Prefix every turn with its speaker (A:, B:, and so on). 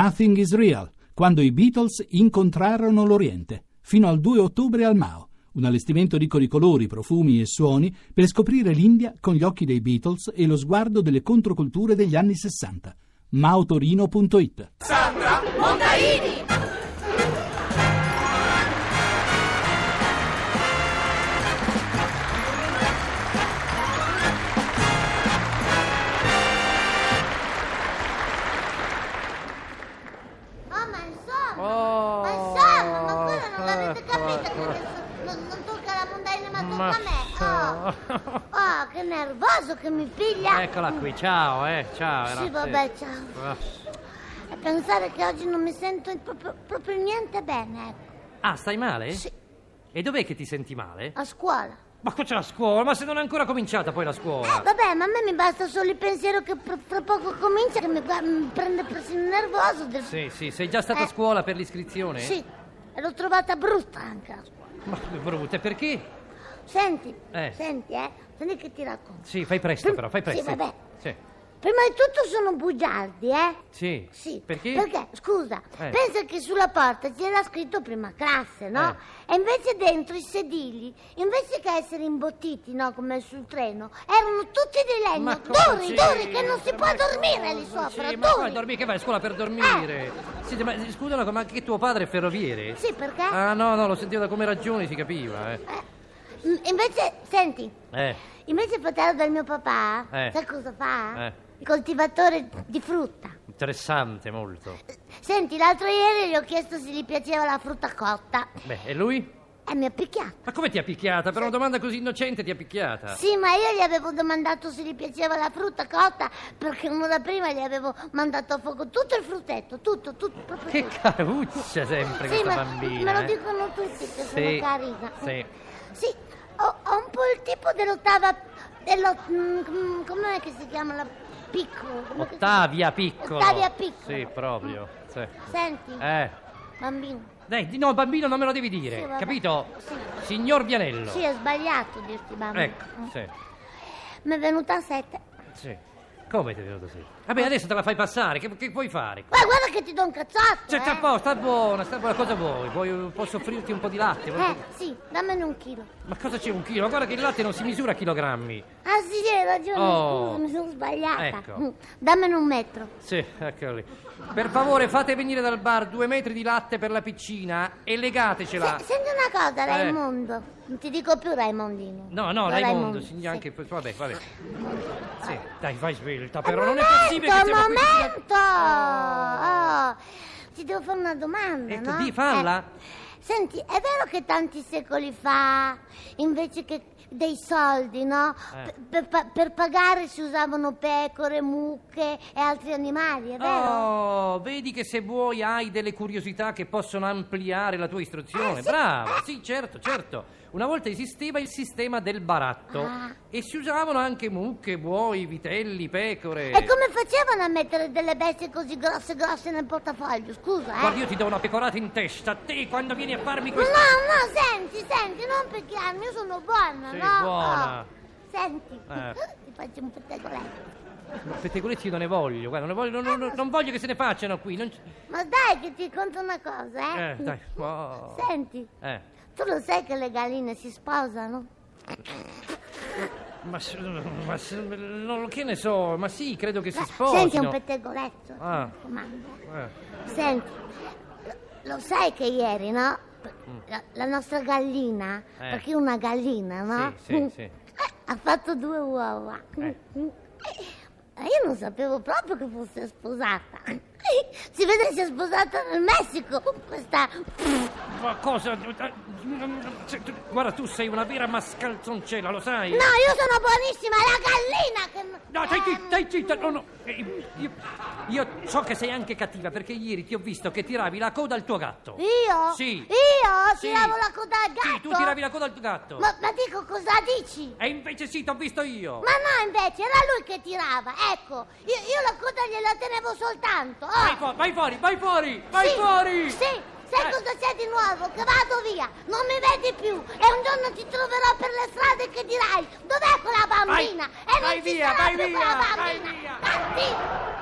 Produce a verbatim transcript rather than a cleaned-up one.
A: Nothing is Real, quando i Beatles incontrarono l'Oriente, fino al due ottobre al Mao. Un allestimento ricco di colori, profumi e suoni per scoprire l'India con gli occhi dei Beatles e lo sguardo delle controculture degli anni sessanta. Maotorino punto it.
B: Sandra Mondaini.
C: Oh, ma insomma,
D: Oh,
C: ma insomma, ma quello non l'avete capito che adesso non, non tocca la Mondaini ma tocca a me. Oh, oh, che nervoso che mi piglia.
D: Eccola qui, ciao, eh, ciao.
C: Sì,
D: era-
C: vabbè, ciao.
D: Ah.
C: E pensare che oggi non mi sento proprio, proprio niente bene, ecco.
D: Ah, stai male?
C: Sì,
D: E dov'è che ti senti male?
C: a scuola.
D: Ma c'è la scuola, ma se non è ancora cominciata poi la scuola.
C: Eh, vabbè, ma a me mi basta solo il pensiero che fra fra poco comincia, che mi, fa- mi prende persino nervoso. Del...
D: Sì, sì, sei già stata
C: Eh.
D: a scuola per l'iscrizione?
C: Sì, e l'ho trovata brutta anche la scuola.
D: Ma che brutte, perché?
C: Senti,
D: Eh.
C: senti, eh, senti che ti racconto.
D: Sì, fai presto però, fai presto.
C: Sì, vabbè.
D: Sì.
C: Prima di tutto sono bugiardi, eh?
D: Sì.
C: Sì.
D: Perché?
C: Perché, scusa,
D: Eh.
C: pensa che sulla porta c'era scritto prima classe, no? E invece dentro i sedili, invece che essere imbottiti, no, come sul treno, erano tutti di legno,
D: Ma cosa
C: duri,
D: c'è?
C: duri, che non si può
D: Ma
C: dormire lì
D: cosa
C: sopra,
D: c'è? Ma come
C: duri.
D: dormire? Che vai a scuola per dormire? Senti, ma scusa, ma che tuo padre è ferroviere?
C: Sì, perché?
D: Ah, no, no, lo sentivo da come ragioni, si capiva, eh.
C: Eh, mm, invece, senti,
D: Eh,
C: invece il fratello del mio papà,
D: Eh.
C: sai cosa fa?
D: Eh.
C: Il coltivatore di frutta.
D: interessante molto.
C: Senti, l'altro ieri gli ho chiesto se gli piaceva la frutta cotta
D: Beh, e lui?
C: e mi ha picchiato.
D: Ma come ti ha picchiata? Per una domanda così innocente ti ha picchiata?
C: Sì, ma io gli avevo domandato se gli piaceva la frutta cotta perché un'ora prima gli avevo mandato a fuoco tutto il fruttetto, tutto, tutto, proprio
D: Che
C: tutto.
D: caruccia sempre
C: Sì,
D: questa
C: ma
D: bambina.
C: me lo
D: eh.
C: dicono tutti che
D: Sì,
C: sono carina.
D: sì.
C: Sì, ho, ho un po' il tipo dell'ottava, dello, mm, com'è che si chiama la piccolo? Com'è che si-
D: Ottavia Piccolo.
C: Ottavia Piccolo.
D: Sì, proprio. Sì.
C: Senti,
D: Eh.
C: bambino.
D: Dai, di- no, bambino non me lo devi dire,
C: Sì, vabbè.
D: capito?
C: Sì.
D: Signor Vianello.
C: Sì, è sbagliato dirti bambino.
D: Ecco, sì.
C: Mi è venuta a sette.
D: Sì. Come ti è venuto così? Vabbè, adesso te la fai passare, che, che puoi fare?
C: Guarda, guarda che ti do un cazzotto.
D: Cioè,
C: eh.
D: sta, po- sta buona, sta buona, cosa vuoi? Vuoi posso offrirti un po' di latte? Vuoi-
C: Eh, sì, dammene un chilo.
D: Ma cosa c'è un chilo? Ma guarda che il latte non si misura a chilogrammi.
C: Ah sì, hai ragione,
D: Oh.
C: scusa, mi sono sbagliata.
D: Ecco.
C: Mm, Dammene un metro.
D: Sì, eccolo lì. Per favore, fate venire dal bar due metri di latte per la piccina e legatecela.
C: Se- senti una cosa,
D: Eh.
C: Raimondo. Non ti dico più Raimondino.
D: No, no,
C: Ma
D: Raimondo, signor,
C: sì.
D: anche... Vabbè, vabbè. Sì, dai, vai svelta, però
C: Un
D: non è
C: momento,
D: possibile che
C: un
D: stiamo qui...
C: momento! Oh, ti devo fare una domanda,
D: Ecco,
C: no?
D: di, falla.
C: Eh, senti, è vero che tanti secoli fa, invece che dei soldi, no?
D: Eh.
C: Per, per- per pagare si usavano pecore, mucche e altri animali, è vero?
D: Oh, vedi che se vuoi hai delle curiosità che possono ampliare la tua istruzione.
C: Eh, sì.
D: Brava,
C: Eh.
D: sì, certo, certo. Una volta esisteva il sistema del baratto
C: Ah.
D: e si usavano anche mucche, buoi, vitelli, pecore.
C: E come facevano a mettere delle bestie così grosse grosse nel portafoglio? Scusa, eh?
D: Guarda, io ti do una pecorata in testa, a te quando vieni a farmi
C: No,
D: questo...
C: no, senti, senti, non picchiarmi, io sono buona,
D: Sì,
C: no?
D: buona.
C: Oh, senti,
D: Eh.
C: ti faccio un pettegoletto.
D: Pettegoletti io non ne voglio, guarda, non voglio, non, non- non voglio che se ne facciano qui. Non... c-
C: Ma dai che ti conto una cosa, eh?
D: Eh, dai. Oh.
C: Senti,
D: Eh.
C: tu lo sai che le galline si sposano?
D: Ma, s- ma s- non, che ne so, ma sì, credo che si
C: Eh,
D: sposino.
C: Senti, un pettegoletto,
D: Ah.
C: mi raccomando.
D: Eh.
C: Senti, lo, lo sai che ieri, no? La, la nostra gallina,
D: Eh.
C: perché una gallina, no?
D: Sì, sì, sì.
C: Eh, ha fatto due uova.
D: Eh.
C: Ma io non sapevo proprio che fosse sposata. Si vede che si è sposata nel Messico. Questa...
D: Ma cosa? Guarda, tu sei una vera mascalzoncella, lo sai?
C: No, io sono buonissima, è la gallina che...
D: No, stai
C: Eh,
D: zitta, stai zitta, no, no. Eh, Io, io so che sei anche cattiva perché ieri ti ho visto che tiravi la coda al tuo gatto.
C: Io?
D: Sì.
C: Io?
D: Sì.
C: Tiravo la coda al gatto?
D: Sì, tu tiravi la coda al tuo gatto.
C: Ma, ma dico, cosa dici?
D: E invece sì, t'ho visto io.
C: Ma no, invece, era lui che tirava, ecco. Io, io la coda gliela tenevo soltanto. Oh.
D: Vai, fu- vai fuori, vai fuori, vai
C: Sì,
D: fuori.
C: Sì, sai
D: Eh.
C: cosa c'è di nuovo? Che vado via, non mi vedi più e un giorno ti troverò per le strade che dirai dov'è quella bambina?
D: Vai,
C: e non
D: vai
C: ci
D: via,
C: sarà
D: vai
C: più
D: via,
C: quella
D: vai
C: bambina.
D: via.
C: Batti!